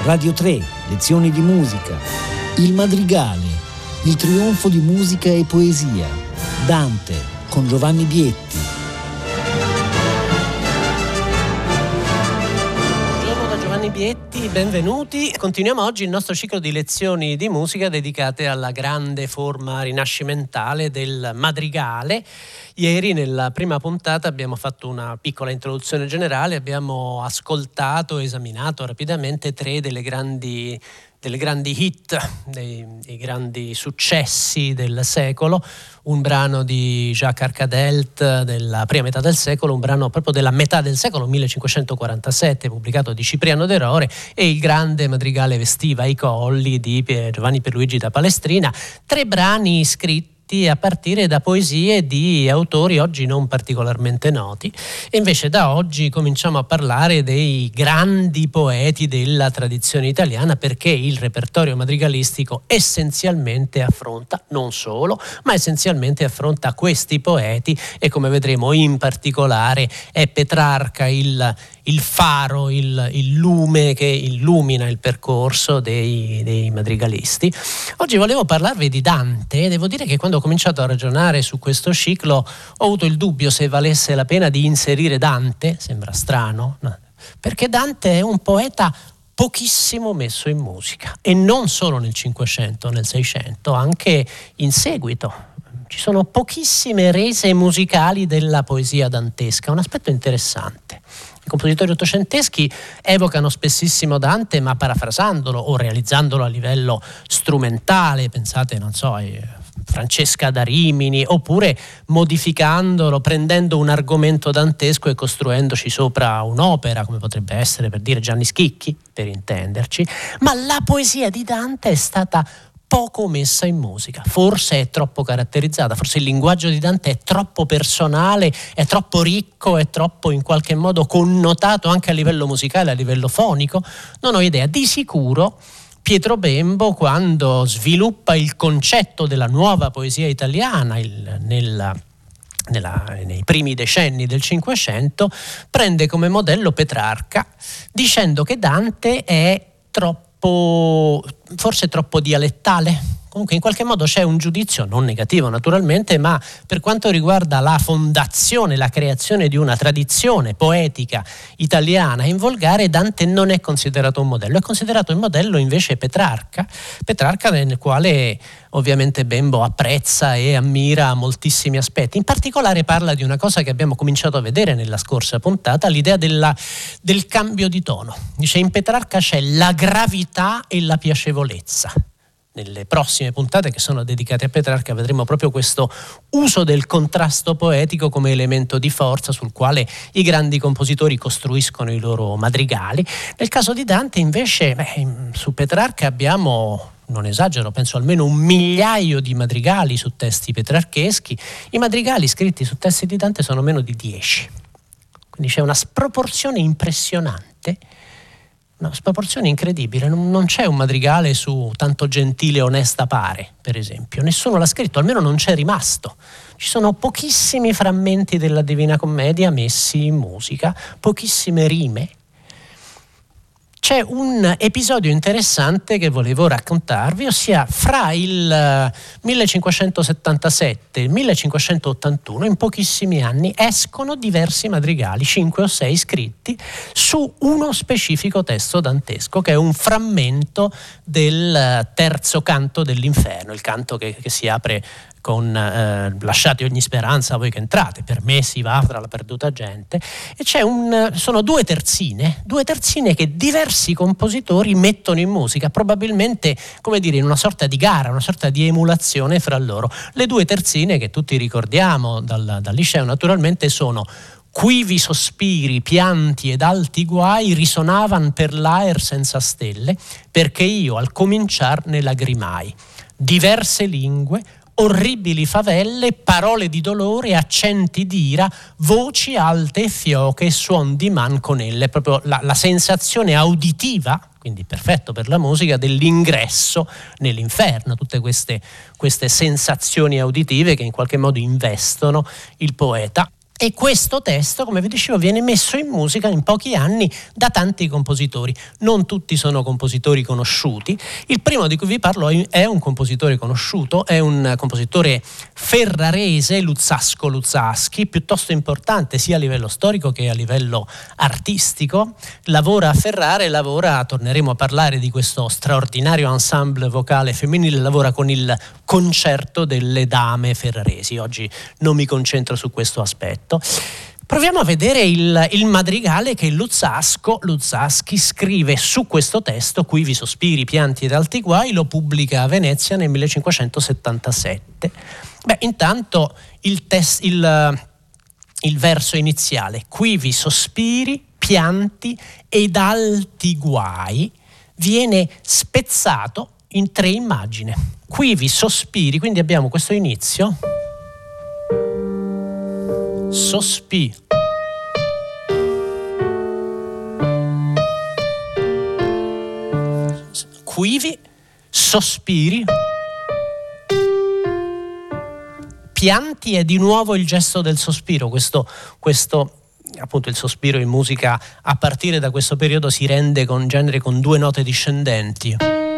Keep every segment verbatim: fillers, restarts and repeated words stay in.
Radio tre, lezioni di musica, Il Madrigale, il trionfo di musica e poesia, Dante con Giovanni Bietti. Buongiorno da Giovanni Bietti, benvenuti. Continuiamo oggi il nostro ciclo di lezioni di musica dedicate alla grande forma rinascimentale del madrigale. Ieri nella prima puntata abbiamo fatto una piccola introduzione generale, abbiamo ascoltato, esaminato rapidamente tre delle grandi, delle grandi hit, dei, dei grandi successi del secolo, un brano di Jacques Arcadelt della prima metà del secolo, un brano proprio della metà del secolo, millecinquecentoquarantasette, pubblicato di Cipriano de Rore, e il grande madrigale Vestiva ai colli di Giovanni Pierluigi da Palestrina, tre brani scritti a partire da poesie di autori oggi non particolarmente noti, e invece da oggi cominciamo a parlare dei grandi poeti della tradizione italiana, perché il repertorio madrigalistico essenzialmente affronta, non solo, ma essenzialmente affronta questi poeti, e come vedremo in particolare è Petrarca il, il faro, il, il lume che illumina il percorso dei, dei madrigalisti. Oggi volevo parlarvi di Dante. Devo dire che quando ho cominciato a ragionare su questo ciclo ho avuto il dubbio se valesse la pena di inserire Dante. Sembra strano, no? Perché Dante è un poeta pochissimo messo in musica, e non solo nel Cinquecento, nel Seicento, anche in seguito. Ci sono pochissime rese musicali della poesia dantesca, un aspetto interessante. I compositori ottocenteschi evocano spessissimo Dante, ma parafrasandolo o realizzandolo a livello strumentale. Pensate, non so, a Francesca da Rimini, oppure modificandolo, prendendo un argomento dantesco e costruendoci sopra un'opera, come potrebbe essere, per dire, Gianni Schicchi, per intenderci. Ma la poesia di Dante è stata poco messa in musica, forse è troppo caratterizzata, forse il linguaggio di Dante è troppo personale, è troppo ricco, è troppo in qualche modo connotato anche a livello musicale, a livello fonico. Non ho idea. Di sicuro Pietro Bembo, quando sviluppa il concetto della nuova poesia italiana il, nella, nella, nei primi decenni del Cinquecento, prende come modello Petrarca, dicendo che Dante è troppo, forse troppo dialettale. Comunque in qualche modo c'è un giudizio, non negativo naturalmente, ma per quanto riguarda la fondazione, la creazione di una tradizione poetica italiana in volgare, Dante non è considerato un modello, è considerato il modello invece Petrarca, Petrarca nel quale ovviamente Bembo apprezza e ammira moltissimi aspetti. In particolare parla di una cosa che abbiamo cominciato a vedere nella scorsa puntata, l'idea della, del cambio di tono. Dice: in Petrarca c'è la gravità e la piacevolezza. Nelle prossime puntate che sono dedicate a Petrarca vedremo proprio questo uso del contrasto poetico come elemento di forza sul quale i grandi compositori costruiscono i loro madrigali. Nel caso di Dante invece, beh, su Petrarca abbiamo, non esagero, penso almeno un migliaio di madrigali su testi petrarcheschi. I madrigali scritti su testi di Dante sono meno di dieci, quindi c'è una sproporzione impressionante. Una sproporzione incredibile. Non, non c'è un madrigale su Tanto gentile onesta pare, per esempio. Nessuno l'ha scritto, almeno non c'è rimasto. Ci sono pochissimi frammenti della Divina Commedia messi in musica, pochissime rime. C'è un episodio interessante che volevo raccontarvi, ossia fra il millecinquecentosettantasette e il millecinquecentottantuno, in pochissimi anni, escono diversi madrigali, cinque o sei scritti, su uno specifico testo dantesco, che è un frammento del terzo canto dell'Inferno, il canto che, che si apre con eh, lasciate ogni speranza voi che entrate, per me si va tra la perduta gente, e c'è un, sono due terzine, due terzine che diversi compositori mettono in musica, probabilmente, come dire, in una sorta di gara, una sorta di emulazione fra loro. Le due terzine che tutti ricordiamo dal, dal liceo naturalmente sono: quivi sospiri, pianti ed alti guai risonavan per l'aer senza stelle, perché io al cominciar ne lagrimai. Diverse lingue, orribili favelle, parole di dolore, accenti d'ira, voci alte e fioche, suon di man conelle. Proprio la, la sensazione auditiva, quindi perfetto per la musica, dell'ingresso nell'inferno. Tutte queste, queste sensazioni auditive che in qualche modo investono il poeta. E questo testo, come vi dicevo, viene messo in musica in pochi anni da tanti compositori. Non tutti sono compositori conosciuti. Il primo di cui vi parlo è un compositore conosciuto, è un compositore ferrarese, Luzzasco Luzzaschi, piuttosto importante sia a livello storico che a livello artistico. Lavora a Ferrara e lavora, torneremo a parlare di questo straordinario ensemble vocale femminile, lavora con il concerto delle dame ferraresi. Oggi non mi concentro su questo aspetto. Proviamo a vedere il, il madrigale che Luzzasco Luzzaschi scrive su questo testo, Quivi sospiri, pianti ed alti guai, lo pubblica a Venezia nel millecinquecentosettantasette. Beh, intanto il, tes, il, il verso iniziale, quivi sospiri, pianti ed alti guai, viene spezzato in tre immagini. Quivi sospiri, quindi abbiamo questo inizio, sospiri, quivi, sospiri, pianti è di nuovo il gesto del sospiro. Questo, questo appunto il sospiro in musica a partire da questo periodo si rende con genere con due note discendenti.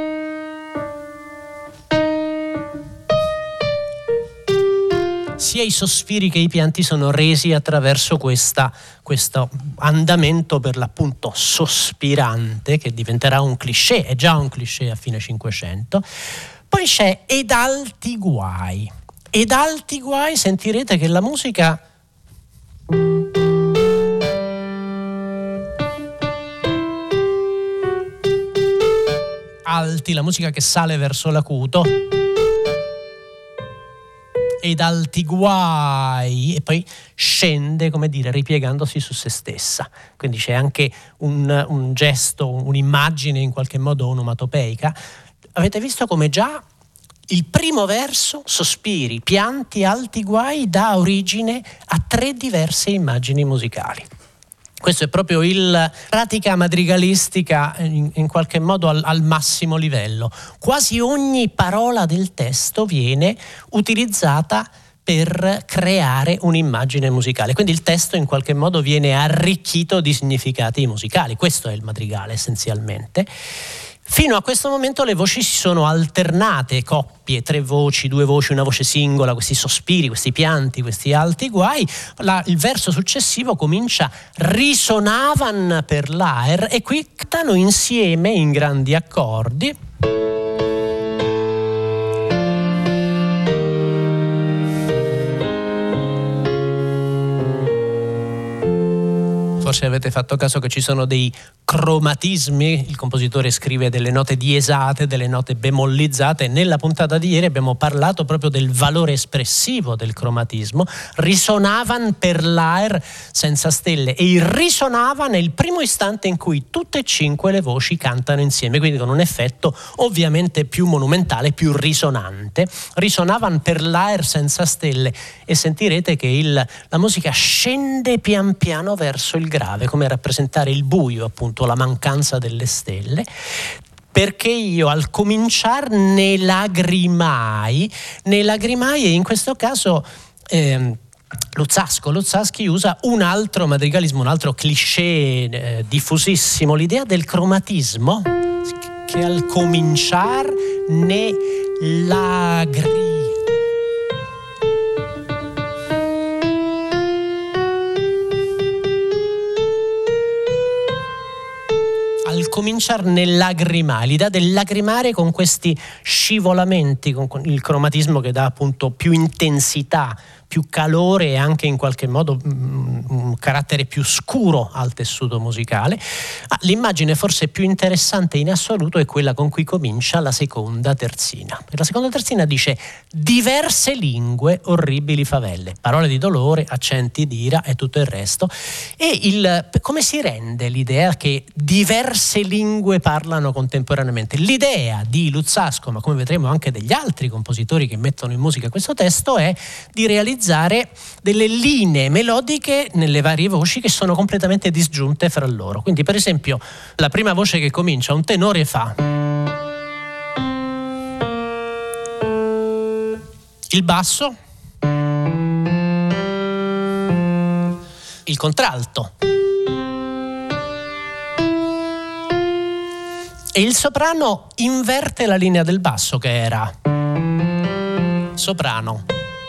Sia i sospiri che i pianti sono resi attraverso questa, questo andamento per l'appunto sospirante, che diventerà un cliché, è già un cliché a fine Cinquecento. Poi c'è ed alti guai. Ed alti guai, sentirete che la musica alti, la musica che sale verso l'acuto, ed alti guai, e poi scende, come dire, ripiegandosi su se stessa. Quindi c'è anche un, un gesto, un'immagine in qualche modo onomatopeica. Avete visto come già il primo verso, sospiri, pianti, alti guai, dà origine a tre diverse immagini musicali. Questo è proprio il pratica madrigalistica in, in qualche modo al, al massimo livello. Quasi ogni parola del testo viene utilizzata per creare un'immagine musicale. Quindi il testo in qualche modo viene arricchito di significati musicali. Questo è il madrigale essenzialmente. Fino a questo momento le voci si sono alternate, coppie, tre voci, due voci, una voce singola, questi sospiri, questi pianti, questi alti guai. La, il verso successivo comincia risonavan per l'aer e qui cantano insieme in grandi accordi. Forse avete fatto caso che ci sono dei cromatismi, il compositore scrive delle note diesate, delle note bemollizzate. Nella puntata di ieri abbiamo parlato proprio del valore espressivo del cromatismo. Risonavan per l'aer senza stelle, e il risonavan è il primo istante in cui tutte e cinque le voci cantano insieme, quindi con un effetto ovviamente più monumentale, più risonante. Risonavan per l'aer senza stelle, e sentirete che il, la musica scende pian piano verso il grave, come a rappresentare il buio, appunto la mancanza delle stelle. Perché io al cominciar ne lagrimai, ne lagrimai, e in questo caso eh, Luzzasco Luzzaschi usa un altro madrigalismo, un altro cliché eh, diffusissimo, l'idea del cromatismo, che al cominciar ne lagrimai. Al cominciare nel lagrimare, l'idea del lagrimare con questi scivolamenti, con il cromatismo che dà appunto più intensità, più calore e anche in qualche modo un, un carattere più scuro al tessuto musicale. Ah, l'immagine forse più interessante in assoluto è quella con cui comincia la seconda terzina. La seconda terzina dice: diverse lingue, orribili favelle, parole di dolore, accenti di ira e tutto il resto. E il, come si rende l'idea che diverse lingue parlano contemporaneamente? L'idea di Luzzasco, ma come vedremo anche degli altri compositori che mettono in musica questo testo, è di realizzare delle linee melodiche nelle varie voci che sono completamente disgiunte fra loro. Quindi, per esempio, la prima voce che comincia, un tenore fa, il basso il contralto. E il soprano inverte la linea del basso, che era soprano.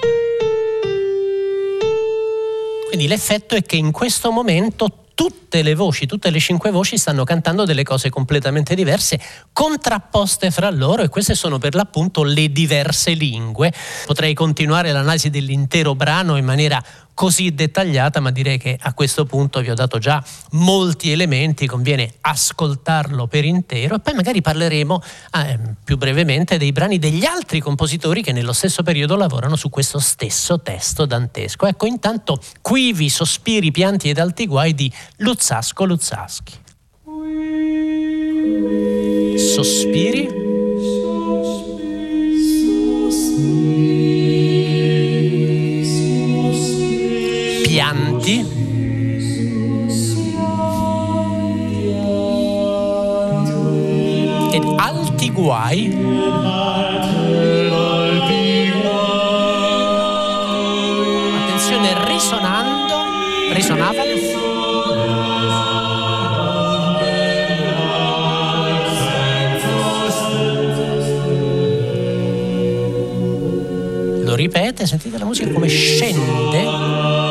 Quindi l'effetto è che in questo momento tutte le voci, tutte le cinque voci stanno cantando delle cose completamente diverse, contrapposte fra loro, e queste sono per l'appunto le diverse lingue. Potrei continuare l'analisi dell'intero brano in maniera così dettagliata, ma direi che a questo punto vi ho dato già molti elementi, conviene ascoltarlo per intero e poi magari parleremo eh, più brevemente dei brani degli altri compositori che nello stesso periodo lavorano su questo stesso testo dantesco. Ecco, intanto Quivi, sospiri, pianti ed alti guai di Luzzasco Luzzaschi. Sospiri. Pianti. Ed alti guai. Attenzione, risonando, risonavano. Lo ripete, sentite la musica come scende.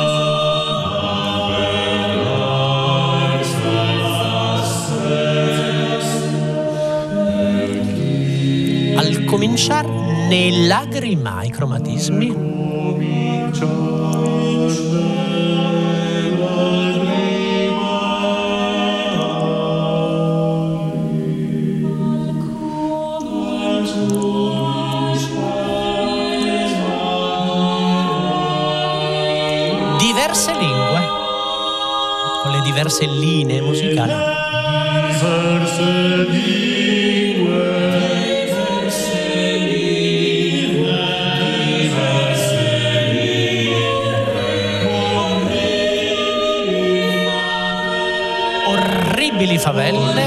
Al cominciare nei lagrimai cromatismi. Diverse lingue, con le diverse linee musicali. Diverse lingue. Orribili favelle.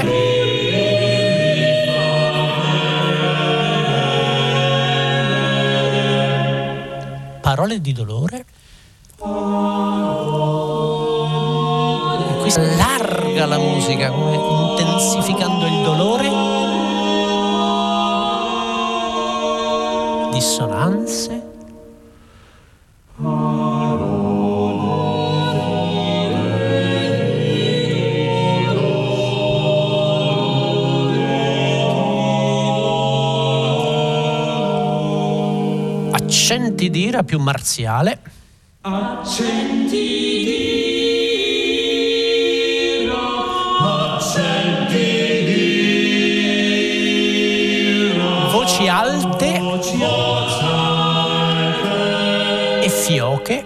Parole di dolore. E qui si allarga la musica, come intensificando il dolore. Dissonanze. Accenti d'ira più marziale. Accenti d'ira, accenti d'ira. Voci alte, voci alte e fioche.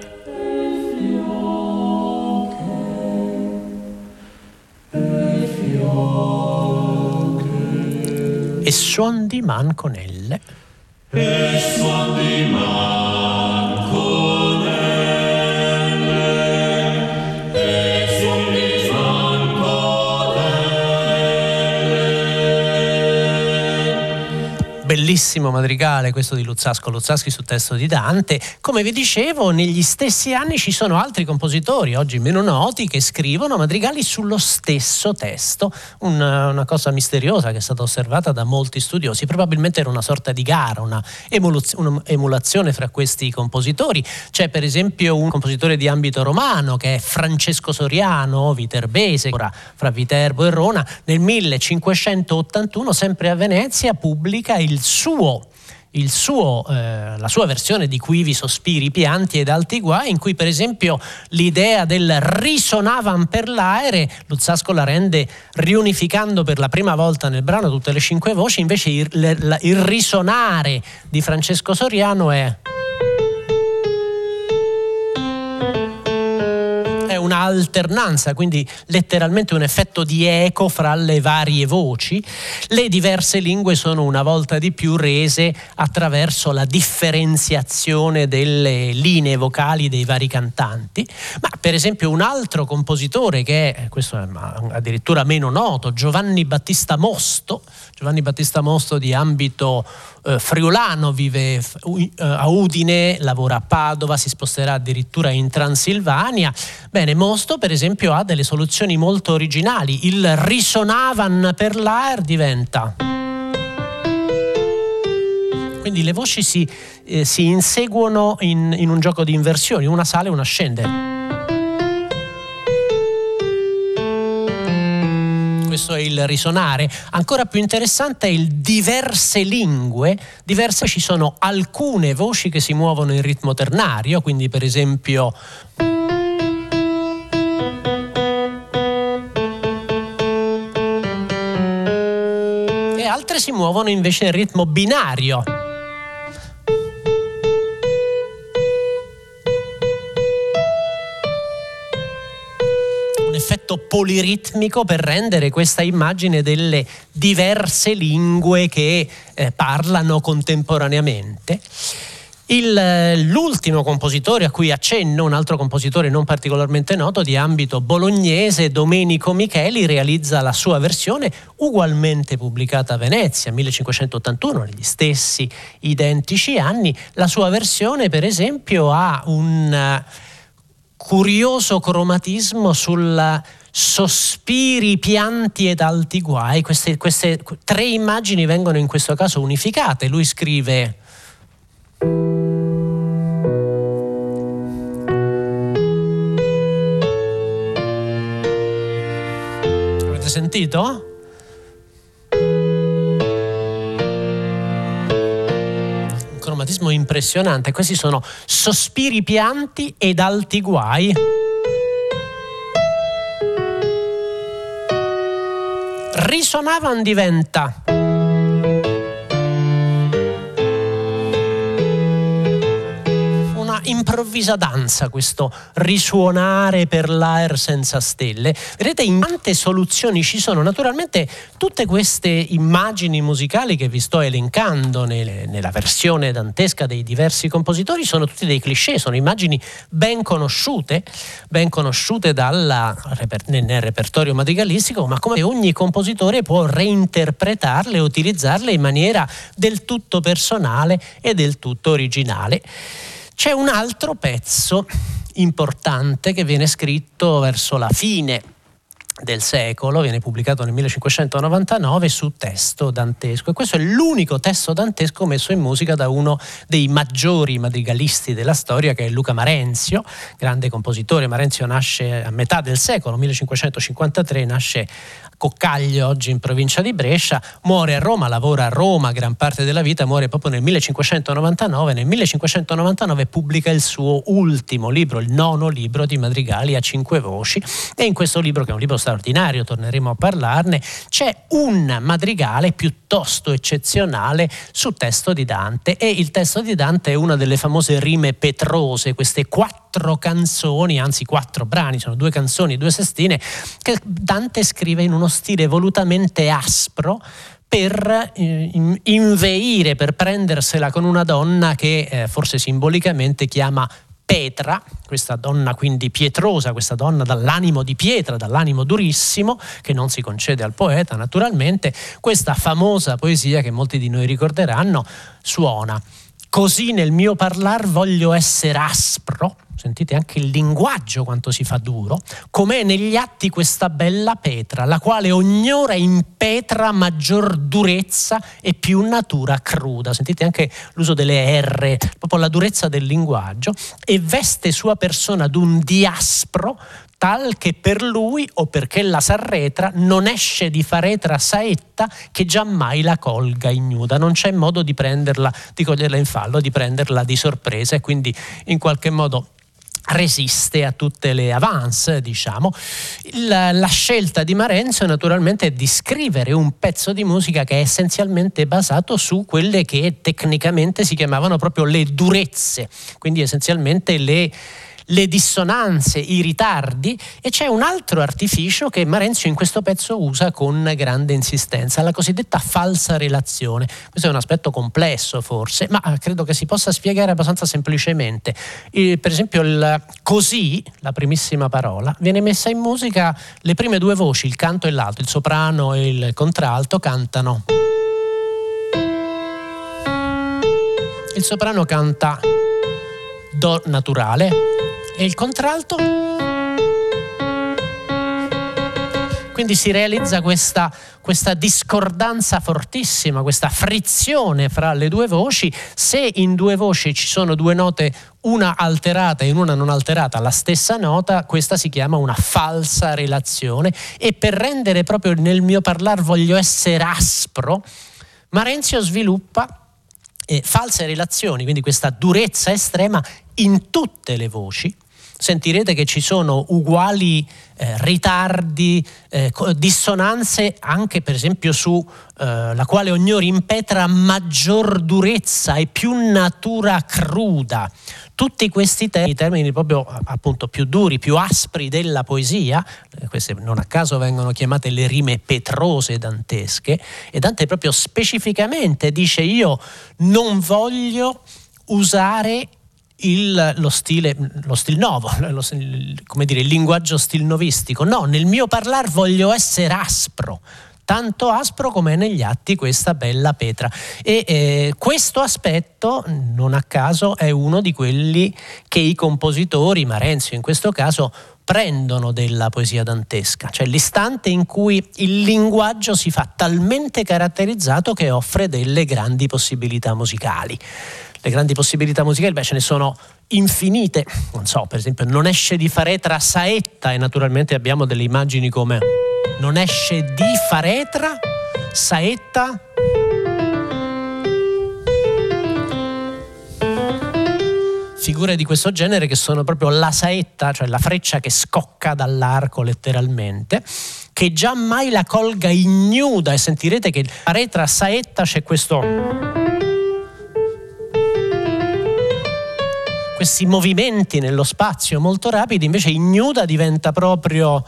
E fioche. E suon di manconelle. E suon di manconelle, e suon di manconelle. Bellissimo madrigale questo di Luzzasco Luzzaschi su testo di Dante. Come vi dicevo, negli stessi anni ci sono altri compositori, oggi meno noti, che scrivono madrigali sullo stesso testo, una, una cosa misteriosa che è stata osservata da molti studiosi. Probabilmente era una sorta di gara, una, emuluz- una emulazione fra questi compositori. C'è per esempio un compositore di ambito romano che è Francesco Soriano, viterbese, ora fra Viterbo e Rona, nel millecinquecentottantuno, sempre a Venezia, pubblica il suo Il suo, eh, la sua versione di Quivi, sospiri, pianti ed alti guai, in cui per esempio l'idea del risonavan per l'aere Luzzasco la rende riunificando per la prima volta nel brano tutte le cinque voci. Invece il, il, il risonare di Francesco Soriano è un'alternanza, quindi letteralmente un effetto di eco fra le varie voci. Le diverse lingue sono una volta di più rese attraverso la differenziazione delle linee vocali dei vari cantanti. Ma per esempio un altro compositore che è, questo è addirittura meno noto, Giovanni Battista Mosto, Giovanni Battista Mosto di ambito eh, friulano, vive eh, a Udine, lavora a Padova, si sposterà addirittura in Transilvania. Bene, Mosto Ariosto, per esempio, ha delle soluzioni molto originali. Il risonavan per l'aer diventa. Quindi le voci si, eh, si inseguono in, in un gioco di inversioni, una sale e una scende. Questo è il risonare. Ancora più interessante è il diverse lingue. Diverse, ci sono alcune voci che si muovono in ritmo ternario, quindi per esempio e altre si muovono invece in ritmo binario. Effetto poliritmico per rendere questa immagine delle diverse lingue che eh, parlano contemporaneamente. Il, l'ultimo compositore a cui accenno, un altro compositore non particolarmente noto di ambito bolognese, Domenico Micheli, realizza la sua versione ugualmente pubblicata a Venezia, millecinquecentottantuno, negli stessi identici anni. La sua versione, per esempio, ha un curioso cromatismo sul sospiri, pianti ed alti guai. Queste, queste tre immagini vengono in questo caso unificate. Lui scrive: avete sentito? Cromatismo impressionante. Questi sono sospiri, pianti ed alti guai. Risonavan diventa. Una improvvisa danza, questo risuonare per l'aer senza stelle. Vedete, in tante soluzioni ci sono naturalmente tutte queste immagini musicali che vi sto elencando nelle, nella versione dantesca dei diversi compositori. Sono tutti dei cliché, sono immagini ben conosciute, ben conosciute dalla, nel repertorio madrigalistico, ma come ogni compositore può reinterpretarle e utilizzarle in maniera del tutto personale e del tutto originale. C'è un altro pezzo importante che viene scritto verso la fine del secolo, viene pubblicato nel millecinquecentonovantanove su testo dantesco, e questo è l'unico testo dantesco messo in musica da uno dei maggiori madrigalisti della storia, che è Luca Marenzio, grande compositore. Marenzio nasce a metà del secolo, millecinquecentocinquantatré, nasce a Coccaglio, oggi in provincia di Brescia, muore a Roma, lavora a Roma gran parte della vita, muore proprio nel millecinquecentonovantanove. Nel millecinquecentonovantanove pubblica il suo ultimo libro, il nono libro di madrigali a cinque voci, e in questo libro, che è un libro straordinario, torneremo a parlarne, c'è un madrigale piuttosto eccezionale su testo di Dante, e il testo di Dante è una delle famose rime petrose, queste quattro canzoni, anzi quattro brani, sono due canzoni, due sestine, che Dante scrive in uno stile volutamente aspro per eh, inveire, per prendersela con una donna che eh, forse simbolicamente chiama Petra, questa donna quindi pietrosa, questa donna dall'animo di pietra, dall'animo durissimo, che non si concede al poeta naturalmente. Questa famosa poesia che molti di noi ricorderanno suona: così nel mio parlar voglio essere aspro, sentite anche il linguaggio quanto si fa duro, com'è negli atti questa bella Petra, la quale ognora impetra maggior durezza e più natura cruda. Sentite anche l'uso delle R, proprio la durezza del linguaggio, e veste sua persona d'un diaspro tal che per lui, o perché la s'arretra, non esce di faretra saetta che giammai la colga ignuda. Non c'è modo di prenderla, di coglierla in fallo, di prenderla di sorpresa, e quindi in qualche modo resiste a tutte le avance, diciamo. La, la scelta di Marenzio naturalmente è di scrivere un pezzo di musica che è essenzialmente basato su quelle che tecnicamente si chiamavano proprio le durezze, quindi essenzialmente le le dissonanze, i ritardi, e c'è un altro artificio che Marenzio in questo pezzo usa con grande insistenza, la cosiddetta falsa relazione. Questo è un aspetto complesso forse, ma credo che si possa spiegare abbastanza semplicemente. E, per esempio, il così, la primissima parola, viene messa in musica, le prime due voci, il canto e l'alto, il soprano e il contralto cantano. Il soprano canta do naturale e il contralto quindi si realizza questa, questa discordanza fortissima, questa frizione fra le due voci. Se in due voci ci sono due note, una alterata e in una non alterata la stessa nota, questa si chiama una falsa relazione. E per rendere proprio nel mio parlar voglio essere aspro, Marenzio sviluppa eh, false relazioni, quindi questa durezza estrema in tutte le voci. Sentirete che ci sono uguali eh, ritardi, eh, dissonanze anche per esempio su eh, la quale Ognori impetra maggior durezza e più natura cruda. Tutti questi termini, termini proprio appunto più duri, più aspri della poesia, eh, queste non a caso vengono chiamate le rime petrose dantesche, e Dante proprio specificamente dice: io non voglio usare Il, lo stile lo stil novo, lo, come dire, il linguaggio stilnovistico. No, nel mio parlar voglio essere aspro, tanto aspro come è negli atti questa bella Petra. E eh, questo aspetto, non a caso, è uno di quelli che i compositori, Marenzio in questo caso, prendono della poesia dantesca, cioè l'istante in cui il linguaggio si fa talmente caratterizzato che offre delle grandi possibilità musicali. Le grandi possibilità musicali, beh, ce ne sono infinite. Non so, per esempio, non esce di Faretra saetta, e naturalmente abbiamo delle immagini come non esce di Faretra saetta. Figure di questo genere che sono proprio la saetta, cioè la freccia che scocca dall'arco letteralmente, che giammai la colga ignuda, e sentirete che Faretra saetta c'è questo... questi movimenti nello spazio molto rapidi, invece ignuda diventa proprio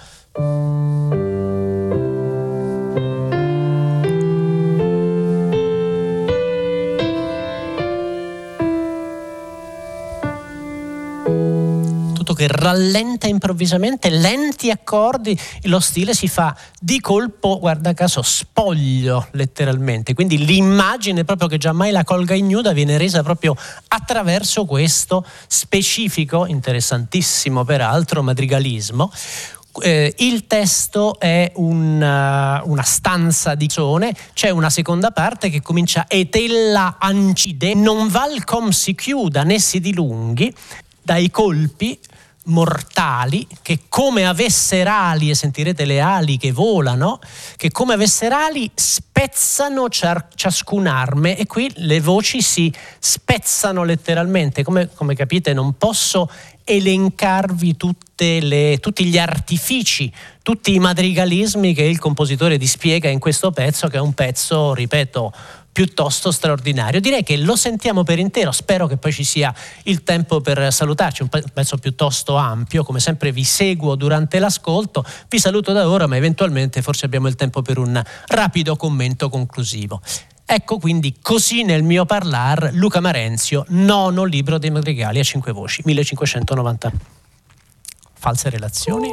tutto che rallenta improvvisamente, lenti accordi, lo stile si fa di colpo, guarda caso, spoglio letteralmente, quindi l'immagine proprio che giammai la colga ignuda viene resa proprio attraverso questo specifico, interessantissimo peraltro, madrigalismo. Eh, il testo è una, una stanza di canzone, c'è una seconda parte che comincia etella ancide, non val com si chiuda né si dilunghi, dai colpi mortali che come avessero ali, e sentirete le ali che volano, che come avessero ali spezzano ciar- ciascun arme, e qui le voci si spezzano letteralmente. Come, come capite non posso elencarvi tutte le, tutti gli artifici, tutti i madrigalismi che il compositore dispiega in questo pezzo, che è un pezzo, ripeto, piuttosto straordinario. Direi che lo sentiamo per intero, spero che poi ci sia il tempo per salutarci, un pezzo piuttosto ampio, come sempre vi seguo durante l'ascolto, vi saluto da ora, ma eventualmente forse abbiamo il tempo per un rapido commento conclusivo. Ecco quindi Così nel mio parlar, Luca Marenzio, nono libro dei madrigali a cinque voci, millecinquecentonovanta. False relazioni.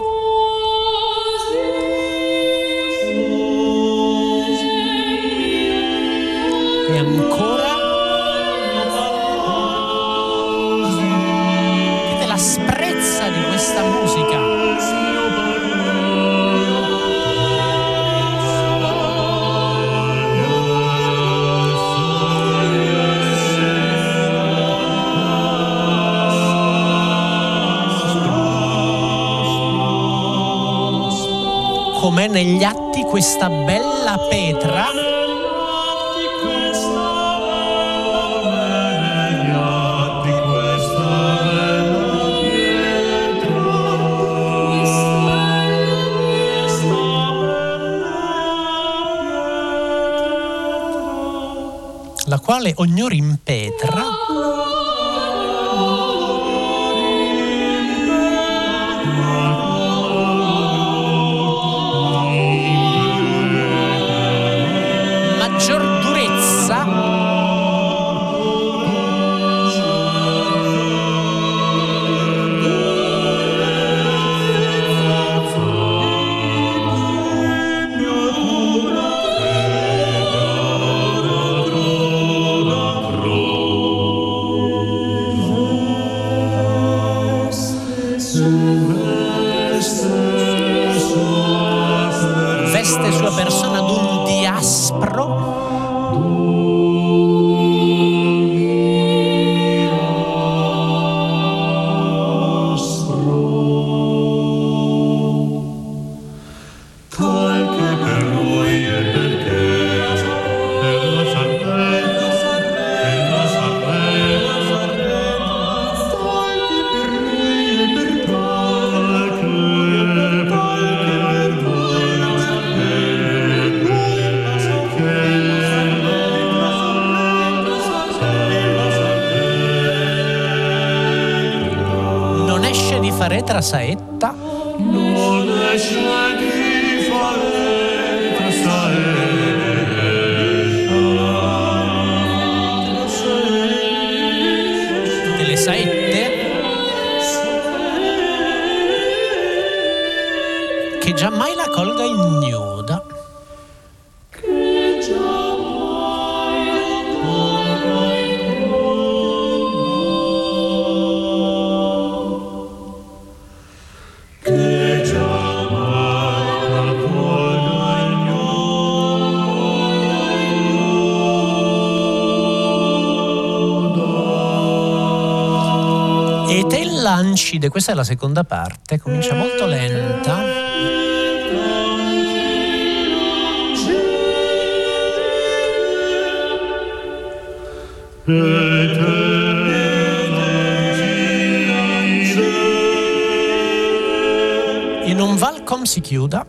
E ancora vedete l'asprezza di questa musica. Com'è negli atti questa bella Petra. La quale Ognori impetra. Maggior durezza. riveste sua persona d'un diaspro fare tra saetta, non esce di fare tra saetta, delle saette che giammai la colga ignuda. E te lancide, questa è la seconda parte, comincia molto lenta. E non val com si chiuda.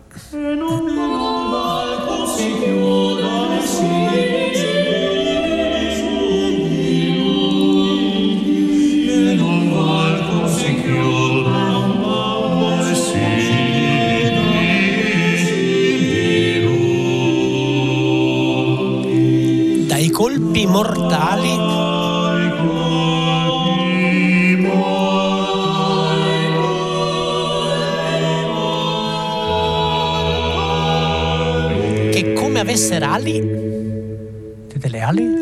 Dai colpi mortali che come avessero ali, delle ali?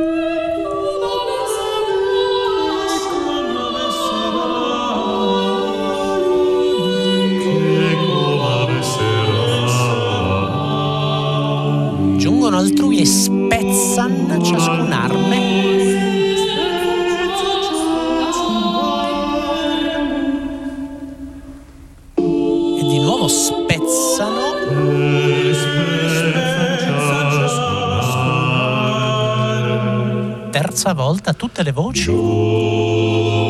Giungono altrui e spezzan ciascun arme e di nuovo spezzano terza volta tutte le voci.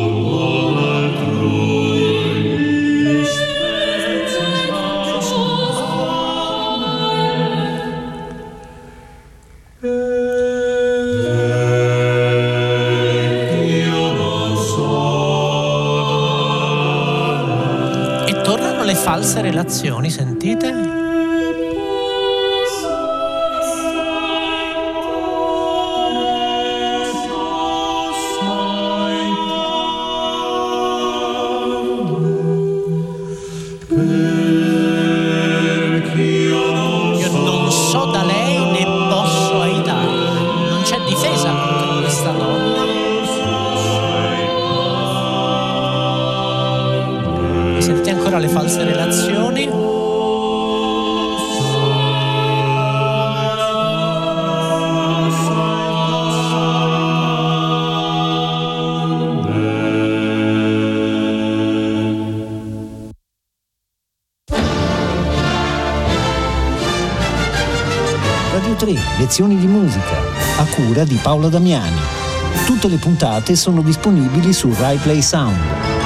Le false relazioni, sentite? Io non so da lei né posso aiutarla, non c'è difesa contro questa donna. Sentite ancora le false relazioni. Radio tre, lezioni di musica, a cura di Paola Damiani. Tutte le puntate sono disponibili su Rai Play Sound.